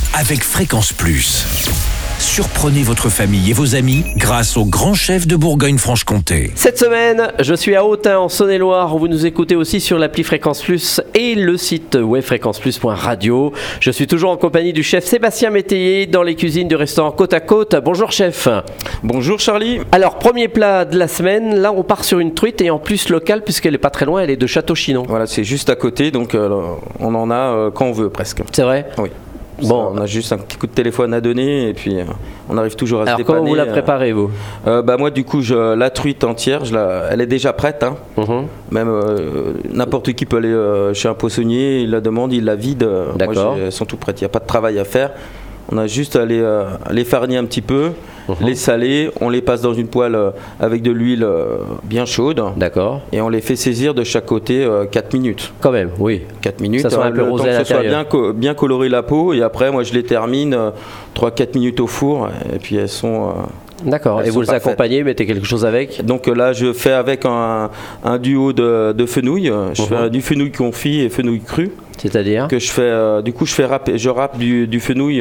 avec Fréquence Plus. Surprenez votre famille et vos amis grâce au grand chef de Bourgogne-Franche-Comté. Cette semaine, je suis à Autun, en Saône-et-Loire, où vous nous écoutez aussi sur l'appli Fréquence Plus et le site web fréquenceplus.radio. Je suis toujours en compagnie du chef Sébastien Métayer dans les cuisines du restaurant Côte à Côte. Bonjour chef. Bonjour Charlie. Alors, premier plat de la semaine, là on part sur une truite et en plus locale puisqu'elle n'est pas très loin, elle est de Château-Chinon. Voilà, c'est juste à côté, donc on en a quand on veut presque. C'est vrai ? Oui. Bon. On a juste un petit coup de téléphone à donner et puis on arrive toujours à se dépanner. Alors comment vous la préparez vous ? Moi du coup, la truite entière, elle est déjà prête. Hein. Même n'importe qui peut aller chez un poissonnier, il la demande, il la vide. D'accord. Elles sont toutes prêtes, il n'y a pas de travail à faire. On a juste à les fariner un petit peu, les saler, on les passe dans une poêle avec de l'huile bien chaude. D'accord. Et on les fait saisir de chaque côté 4 minutes. Quand même, oui. 4 minutes, ça soit un peu le temps rosé que à ce soit l'intérieur. bien coloré la peau. Et après, moi je les termine 3-4 minutes au four. Et puis elles sont... D'accord, et vous les accompagnez, mettez quelque chose avec ? Donc là, je fais avec un duo de fenouil. Je fais du fenouil confit et fenouil cru. C'est-à-dire que je fais, du coup, je râpe du fenouil.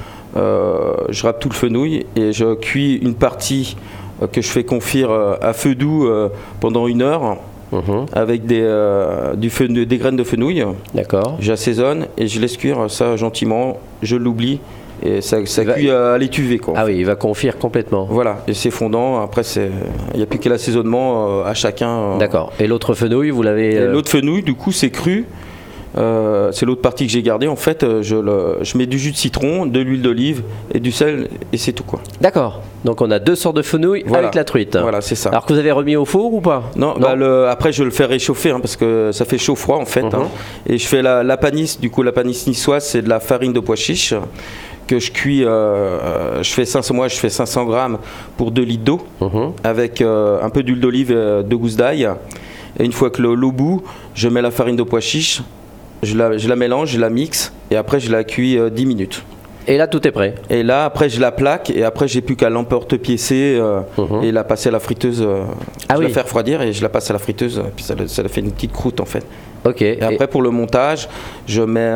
Je râpe tout le fenouil et je cuis une partie que je fais confire à feu doux pendant 1 heure. Avec des graines de fenouil. D'accord. J'assaisonne et je laisse cuire ça gentiment. Je l'oublie. Et ça cuit à l'étuvée, quoi. Ah oui, il va confire complètement. Voilà, et c'est fondant. Après, il n'y a plus que l'assaisonnement à chacun. D'accord. Et l'autre fenouil, vous l'avez... L'autre fenouil, du coup, c'est cru. C'est l'autre partie que j'ai gardée. En fait, je mets du jus de citron, de l'huile d'olive et du sel, et c'est tout, quoi. D'accord. Donc on a 2 sortes de fenouil avec la truite. Voilà, c'est ça. Alors que vous avez remis au four ou pas ? Non. Après je le fais réchauffer parce que ça fait chaud-froid en fait. Et je fais la panisse. Du coup, la panisse niçoise, c'est de la farine de pois chiche que je cuis. Moi, je fais 500 grammes pour 2 litres d'eau avec un peu d'huile d'olive et 2 gousses d'ail. Et une fois que l'eau bout, je mets la farine de pois chiche. Je la mélange, je la mixe et après je la cuis 10 minutes. Et là tout est prêt. Et là après je la plaque et après j'ai plus qu'à l'emporte-piécer et la passer à la friteuse. La faire refroidir et je la passe à la friteuse puis ça fait une petite croûte en fait. Ok. Et après pour le montage, je mets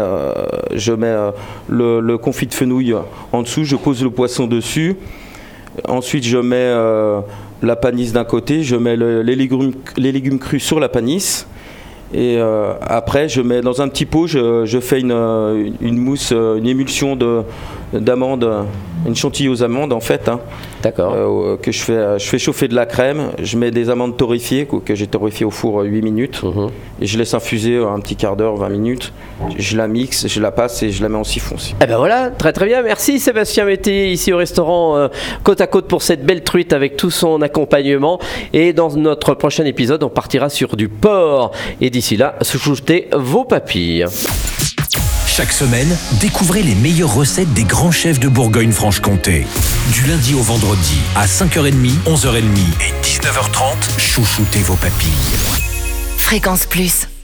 le confit de fenouil en dessous, je pose le poisson dessus. Ensuite je mets la panisse d'un côté, je mets les légumes crus sur la panisse. Et après, je mets dans un petit pot, je fais une mousse, une émulsion d'amandes, une chantilly aux amandes en fait. D'accord. Que je fais chauffer de la crème. Je mets des amandes torréfiées que j'ai torréfiées au four 8 minutes. Et je laisse infuser un petit quart d'heure, 20 minutes. Je la mixe, je la passe et je la mets en siphon aussi. Eh ben voilà, très très bien. Merci Sébastien Métayer ici au restaurant Côte à Côte pour cette belle truite avec tout son accompagnement. Et dans notre prochain épisode, on partira sur du porc. Et d'ici là, chouchoutez vos papilles. Chaque semaine, découvrez les meilleures recettes des grands chefs de Bourgogne-Franche-Comté. Du lundi au vendredi, à 5h30, 11h30 et 19h30, chouchoutez vos papilles. Fréquence Plus.